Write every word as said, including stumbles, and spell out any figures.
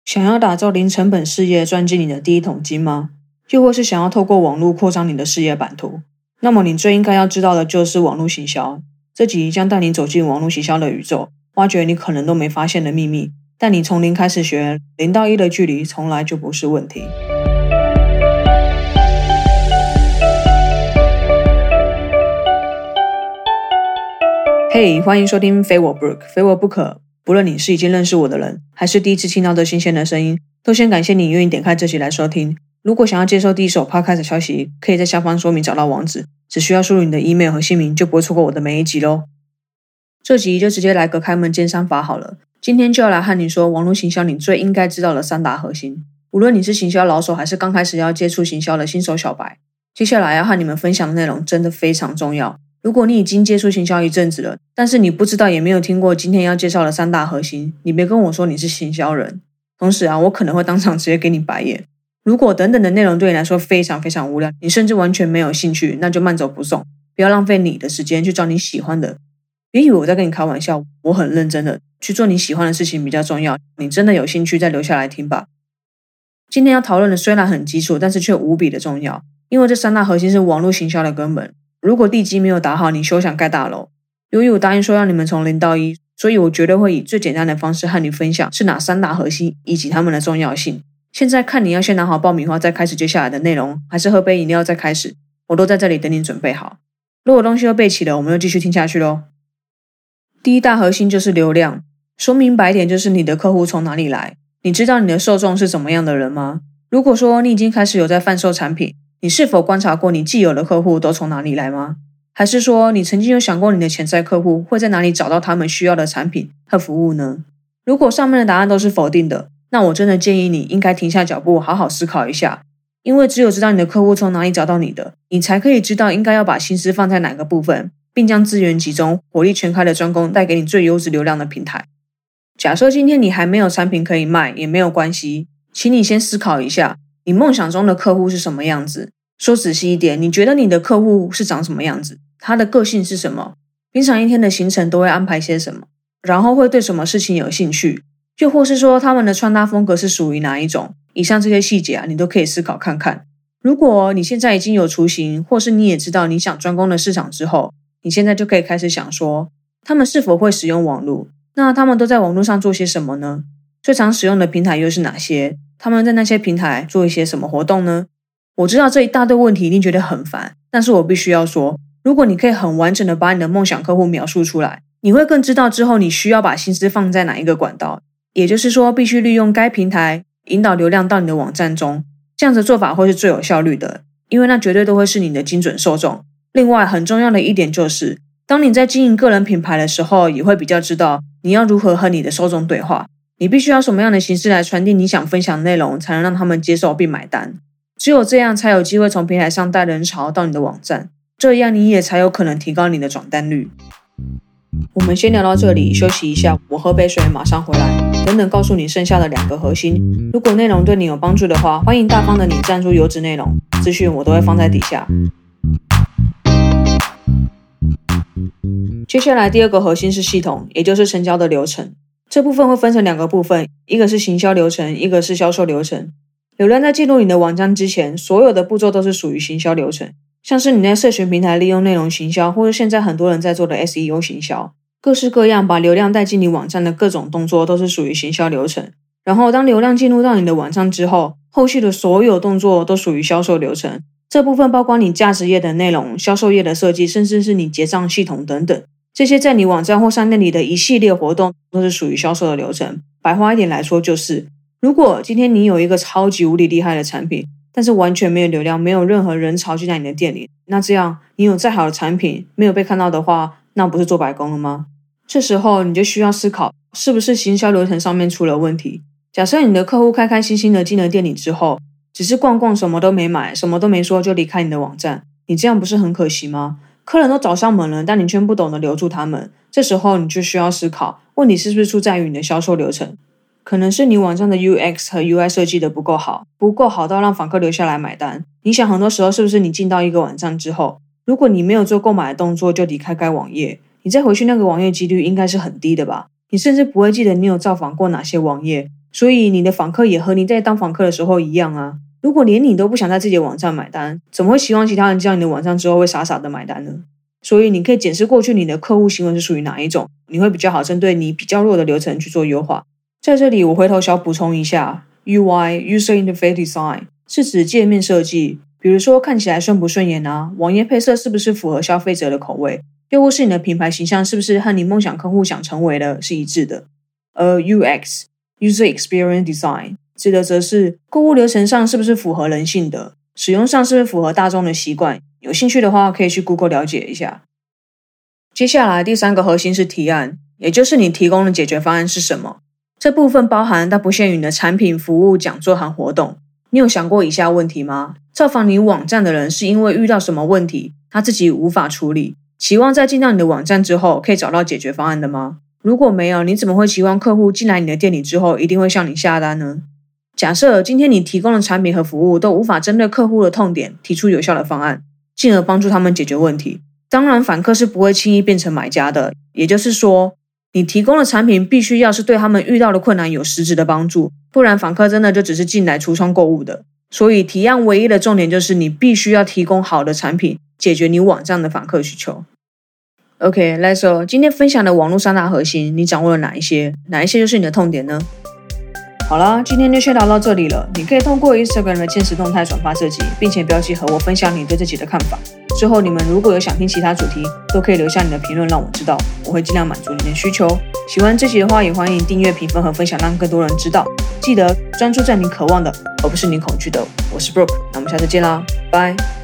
想要打造零成本事业赚进你的第一桶金吗？又或是想要透过网络扩张你的事业版图？那么你最应该要知道的就是网络行销。这集将带你走进网络行销的宇宙，挖掘你可能都没发现的秘密，带你从零开始学，零到一的距离从来就不是问题。嘿、hey, 欢迎收听非我 Brooke， 非我不可。不论你是已经认识我的人，还是第一次听到这新鲜的声音，都先感谢你愿意点开这集来收听。如果想要接收第一手 Podcast 的消息，可以在下方说明找到网址，只需要输入你的 email 和姓名，就不会错过我的每一集咯。这集就直接来个开门见山法好了。今天就要来和你说网络行销你最应该知道的三大核心。无论你是行销老手，还是刚开始要接触行销的新手小白，接下来要和你们分享的内容真的非常重要。如果你已经接触行销一阵子了，但是你不知道也没有听过今天要介绍的三大核心，你别跟我说你是行销人。同时啊，我可能会当场直接给你白眼。如果等等的内容对你来说非常非常无聊，你甚至完全没有兴趣，那就慢走不送，不要浪费你的时间去找你喜欢的。别以为我在跟你开玩笑，我很认真的，去做你喜欢的事情比较重要。你真的有兴趣再留下来听吧。今天要讨论的虽然很基础，但是却无比的重要，因为这三大核心是网络行销的根本。如果地基没有打好，你休想盖大楼。由于我答应说让你们从零到一，所以我绝对会以最简单的方式和你分享是哪三大核心以及它们的重要性。现在看你要先拿好爆米花再开始接下来的内容，还是喝杯饮料再开始，我都在这里等你准备好。如果东西都备齐了，我们就继续听下去咯。第一大核心就是流量，说明白点就是你的客户从哪里来。你知道你的受众是怎么样的人吗？如果说你已经开始有在贩售产品，你是否观察过你既有的客户都从哪里来吗？还是说你曾经有想过你的潜在客户会在哪里找到他们需要的产品和服务呢？如果上面的答案都是否定的，那我真的建议你应该停下脚步好好思考一下，因为只有知道你的客户从哪里找到你的，你才可以知道应该要把心思放在哪个部分，并将资源集中火力全开的专攻带给你最优质流量的平台。假设今天你还没有产品可以卖也没有关系，请你先思考一下你梦想中的客户是什么样子。说仔细一点，你觉得你的客户是长什么样子？他的个性是什么？平常一天的行程都会安排些什么？然后会对什么事情有兴趣？又或是说他们的穿搭风格是属于哪一种？以上这些细节啊，你都可以思考看看。如果你现在已经有雏形，或是你也知道你想专攻的市场之后，你现在就可以开始想说，他们是否会使用网络？那他们都在网络上做些什么呢？最常使用的平台又是哪些？他们在那些平台做一些什么活动呢？我知道这一大堆问题一定觉得很烦，但是我必须要说，如果你可以很完整的把你的梦想客户描述出来，你会更知道之后你需要把心思放在哪一个管道，也就是说必须利用该平台引导流量到你的网站中，这样子做法会是最有效率的，因为那绝对都会是你的精准受众。另外很重要的一点就是，当你在经营个人品牌的时候，也会比较知道你要如何和你的受众对话，你必须要什么样的形式来传递你想分享的内容，才能让他们接受并买单。只有这样才有机会从平台上带人潮到你的网站，这样你也才有可能提高你的转单率。我们先聊到这里，休息一下，我喝杯水马上回来，等等告诉你剩下的两个核心。如果内容对你有帮助的话，欢迎大方的你赞助优质内容，资讯我都会放在底下。接下来第二个核心是系统，也就是成交的流程。这部分会分成两个部分，一个是行销流程，一个是销售流程。流量在进入你的网站之前，所有的步骤都是属于行销流程，像是你在社群平台利用内容行销，或是现在很多人在做的 S E O 行销，各式各样把流量带进你网站的各种动作都是属于行销流程。然后当流量进入到你的网站之后，后续的所有动作都属于销售流程。这部分包括你价值页的内容、销售页的设计，甚至是你结账系统等等，这些在你网站或商店里的一系列活动都是属于销售的流程。白话一点来说就是，如果今天你有一个超级无敌厉害的产品，但是完全没有流量，没有任何人潮进来你的店里，那这样你有再好的产品没有被看到的话，那不是做白工了吗？这时候你就需要思考，是不是行销流程上面出了问题。假设你的客户开开心心的进了店里之后，只是逛逛，什么都没买，什么都没说就离开你的网站，你这样不是很可惜吗？客人都找上门了，但你却不懂得留住他们，这时候你就需要思考，问题是不是出在于你的销售流程。可能是你网站的 U X 和 U I 设计的不够好，不够好到让访客留下来买单。你想很多时候是不是你进到一个网站之后，如果你没有做购买的动作就离开该网页，你再回去那个网页几率应该是很低的吧？你甚至不会记得你有造访过哪些网页， 所以你的访客也和你在当访客的时候一样啊。如果连你都不想在自己的网站买单，怎么会期望其他人进到你的网站之后会傻傻的买单呢？所以你可以检视过去你的客户行为是属于哪一种，你会比较好针对你比较弱的流程去做优化。在这里我回头小补充一下， U I User Interface Design 是指界面设计，比如说看起来顺不顺眼啊，网页配色是不是符合消费者的口味，又或是你的品牌形象是不是和你梦想客户想成为的是一致的。而 U X User Experience Design 指的则是购物流程上是不是符合人性的，使用上是不是符合大众的习惯，有兴趣的话可以去 Google 了解一下。接下来第三个核心是提案，也就是你提供的解决方案是什么。这部分包含但不限于你的产品、服务、讲座和活动。你有想过以下问题吗？造访你网站的人是因为遇到什么问题，他自己无法处理，期望在进到你的网站之后可以找到解决方案的吗？如果没有，你怎么会期望客户进来你的店里之后一定会向你下单呢？假设今天你提供的产品和服务都无法针对客户的痛点提出有效的方案，进而帮助他们解决问题，当然访客是不会轻易变成买家的。也就是说，你提供的产品必须要是对他们遇到的困难有实质的帮助，不然访客真的就只是进来橱窗购物的。所以提案唯一的重点就是你必须要提供好的产品，解决你网站的访客需求。OK, let's go. 今天分享的网络三大核心，你掌握了哪一些？哪一些就是你的痛点呢？好啦，今天就先聊到这里了。你可以通过 Instagram 的限时动态转发这集，并且标记和我分享你对这集的看法。之后你们如果有想听其他主题，都可以留下你的评论让我知道，我会尽量满足你的需求。喜欢这集的话，也欢迎订阅、评分和分享，让更多人知道。记得专注在你渴望的，而不是你恐惧的。我是 Brooke， 那我们下次见啦，拜。